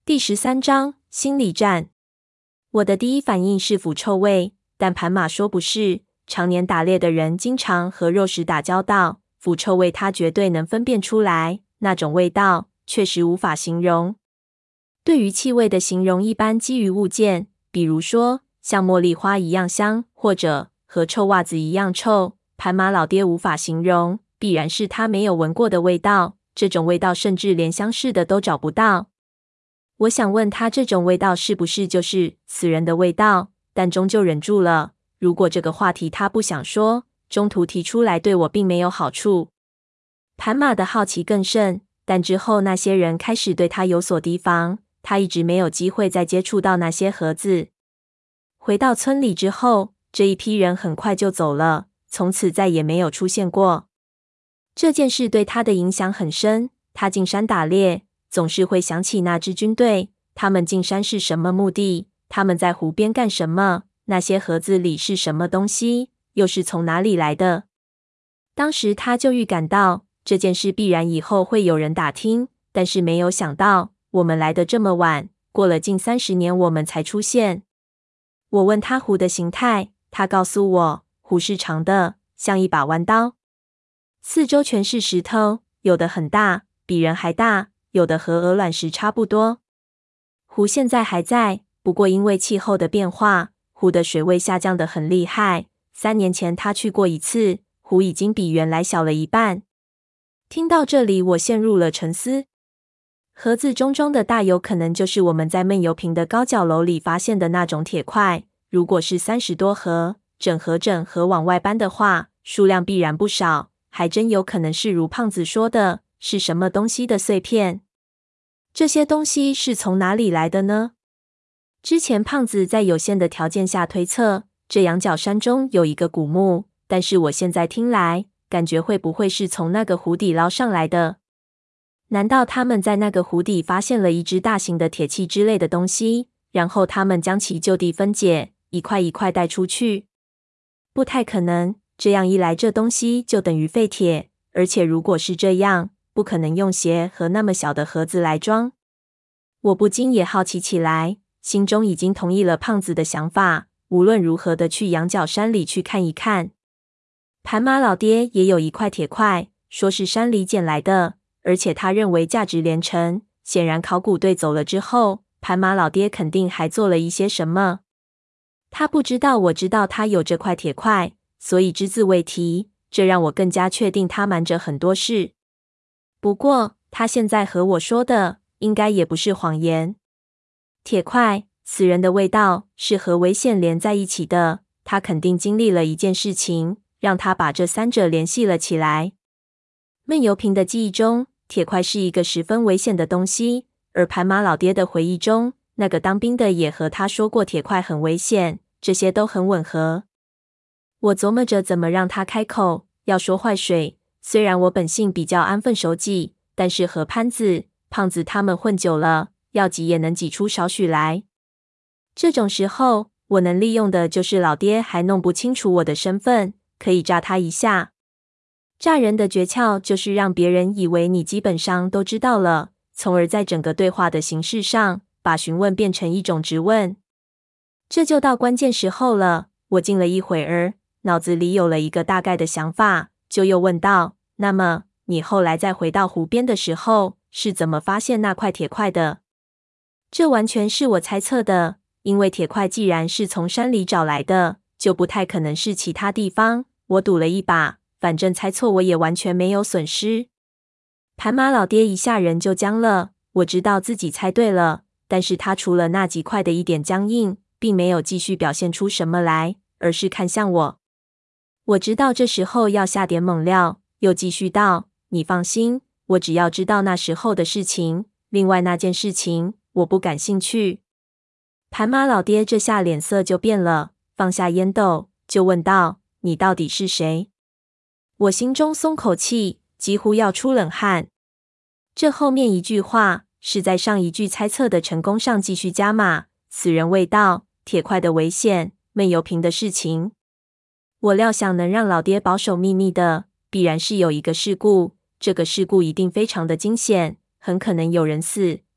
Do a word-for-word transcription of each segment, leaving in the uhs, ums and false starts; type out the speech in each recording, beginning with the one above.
第十三章心理战。我的第一反应是腐臭味，但盘马说不是。常年打猎的人经常和肉食打交道，腐臭味他绝对能分辨出来，那种味道确实无法形容。对于气味的形容一般基于物件，比如说像茉莉花一样香，或者和臭袜子一样臭。盘马老爹无法形容，必然是他没有闻过的味道，这种味道甚至连相似的都找不到。我想问他这种味道是不是就是死人的味道，但终究忍住了。如果这个话题他不想说，中途提出来对我并没有好处。盘马的好奇更甚，但之后那些人开始对他有所提防，他一直没有机会再接触到那些盒子。回到村里之后，这一批人很快就走了，从此再也没有出现过。这件事对他的影响很深，他进山打猎，总是会想起那支军队，他们进山是什么目的？他们在湖边干什么？那些盒子里是什么东西？又是从哪里来的？当时他就预感到这件事必然以后会有人打听，但是没有想到我们来得这么晚，过了近三十年我们才出现。我问他湖的形态，他告诉我，湖是长的，像一把弯刀，四周全是石头，有的很大，比人还大，有的和鹅卵石差不多。湖现在还在，不过因为气候的变化，湖的水位下降得很厉害。三年前他去过一次，湖已经比原来小了一半。听到这里，我陷入了沉思。盒子中装的大有可能就是我们在闷油瓶的高脚楼里发现的那种铁块。如果是三十多盒，整盒整盒往外搬的话，数量必然不少，还真有可能是如胖子说的，是什么东西的碎片。这些东西是从哪里来的呢？之前胖子在有限的条件下推测，这羊角山中有一个古墓，但是我现在听来，感觉会不会是从那个湖底捞上来的？难道他们在那个湖底发现了一只大型的铁器之类的东西，然后他们将其就地分解，一块一块带出去？不太可能，这样一来这东西就等于废铁，而且如果是这样，不可能用鞋和那么小的盒子来装。我不禁也好奇起来，心中已经同意了胖子的想法，无论如何的去羊角山里去看一看。盘马老爹也有一块铁块，说是山里捡来的，而且他认为价值连城。显然考古队走了之后，盘马老爹肯定还做了一些什么。他不知道我知道他有这块铁块，所以只字未提，这让我更加确定他瞒着很多事。不过他现在和我说的应该也不是谎言。铁块、死人的味道是和危险连在一起的，他肯定经历了一件事情，让他把这三者联系了起来。闷油瓶的记忆中，铁块是一个十分危险的东西，而盘马老爹的回忆中，那个当兵的也和他说过铁块很危险，这些都很吻合。我琢磨着怎么让他开口，要说坏水。虽然我本性比较安分守己，但是和潘子、胖子他们混久了，要挤也能挤出少许来。这种时候，我能利用的就是老爹还弄不清楚我的身份，可以诈他一下。诈人的诀窍就是让别人以为你基本上都知道了，从而在整个对话的形式上，把询问变成一种质问。这就到关键时候了，我静了一会儿，脑子里有了一个大概的想法，就又问道，那么你后来再回到湖边的时候，是怎么发现那块铁块的？这完全是我猜测的，因为铁块既然是从山里找来的，就不太可能是其他地方。我赌了一把，反正猜错我也完全没有损失。盘马老爹一下人就僵了，我知道自己猜对了，但是他除了那几块的一点僵硬，并没有继续表现出什么来，而是看向我。我知道这时候要下点猛料，又继续道，你放心，我只要知道那时候的事情，另外那件事情我不感兴趣。盘马老爹这下脸色就变了，放下烟斗，就问道，你到底是谁？我心中松口气，几乎要出冷汗。这后面一句话是在上一句猜测的成功上继续加码，死人味道，铁块的危险，闷油瓶的事情。我料想能让老爹保守秘密的，必然是有一个事故，这个事故一定非常的惊险，很可能有人死，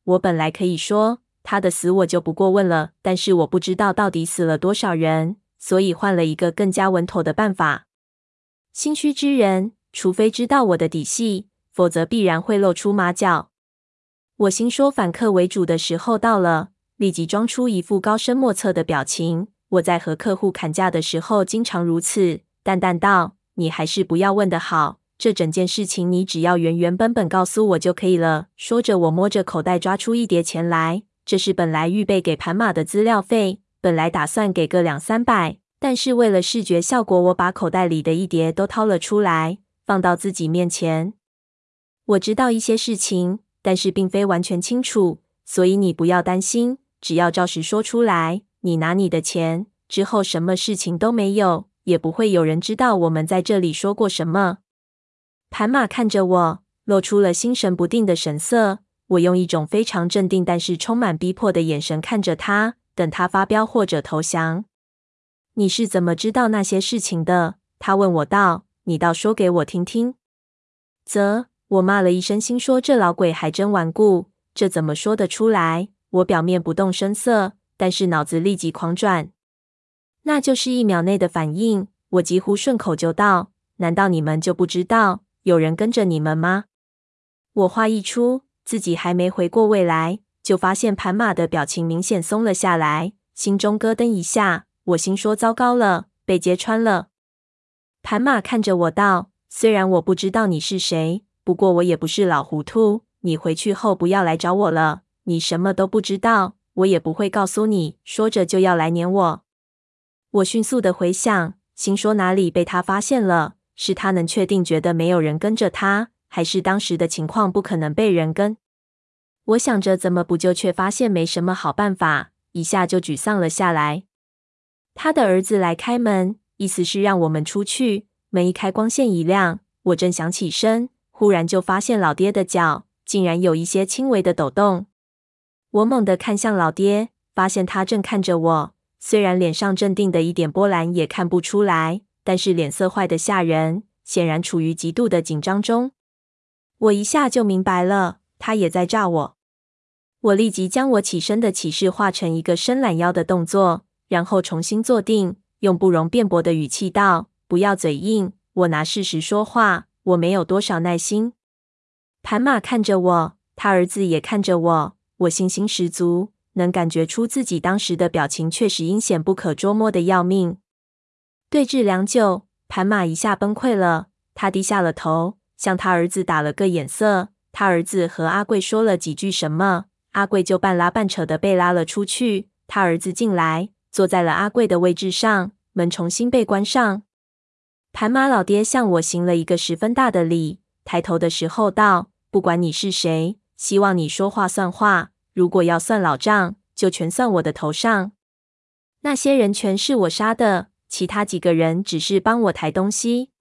我本来可以说他的死我就不过问了，但是我不知道到底死了多少人，所以换了一个更加稳妥的办法。心虚之人，除非知道我的底细，否则必然会露出马脚。我心说反客为主的时候到了，立即装出一副高深莫测的表情。我在和客户砍价的时候经常如此，淡淡道：“你还是不要问的好，这整件事情你只要原原本本告诉我就可以了。”说着，我摸着口袋抓出一叠钱来，这是本来预备给盘马的资料费，本来打算给个两三百，但是为了视觉效果，我把口袋里的一叠都掏了出来，放到自己面前。我知道一些事情，但是并非完全清楚，所以你不要担心，只要照实说出来，你拿你的钱，之后什么事情都没有，也不会有人知道我们在这里说过什么。盘马看着我，露出了心神不定的神色。我用一种非常镇定但是充满逼迫的眼神看着他，等他发飙或者投降。你是怎么知道那些事情的？他问我道。你倒说给我听听。啧，我骂了一声，心说这老鬼还真顽固，这怎么说得出来？我表面不动声色，但是脑子立即狂转。那就是一秒内的反应，我几乎顺口就道：难道你们就不知道有人跟着你们吗？我话一出，自己还没回过味来，就发现盘马的表情明显松了下来，心中咯噔一下。我心说糟糕了，被揭穿了。盘马看着我道：虽然我不知道你是谁，不过我也不是老糊涂，你回去后不要来找我了，你什么都不知道，我也不会告诉你。说着就要来撵我。我迅速的回想，心说哪里被他发现了？是他能确定觉得没有人跟着他，还是当时的情况不可能被人跟？我想着怎么补救，却发现没什么好办法，一下就沮丧了下来。他的儿子来开门，意思是让我们出去。门一开，光线一亮，我正想起身，忽然就发现老爹的脚竟然有一些轻微的抖动。我猛地看向老爹，发现他正看着我，虽然脸上镇定的一点波澜也看不出来，但是脸色坏得吓人，显然处于极度的紧张中。我一下就明白了，他也在诈我。我立即将我起身的起势化成一个伸懒腰的动作，然后重新坐定，用不容辩驳的语气道：不要嘴硬，我拿事实说话，我没有多少耐心。盘马看着我，他儿子也看着我，我信心十足，能感觉出自己当时的表情确实阴险不可捉摸的要命。对峙良久，盘马一下崩溃了，他低下了头，向他儿子打了个眼色。他儿子和阿贵说了几句什么，阿贵就半拉半扯的被拉了出去。他儿子进来，坐在了阿贵的位置上，门重新被关上。盘马老爹向我行了一个十分大的礼，抬头的时候道：不管你是谁，希望你说话算话，如果要算老账，就全算我的头上。那些人全是我杀的，其他几个人只是帮我抬东西。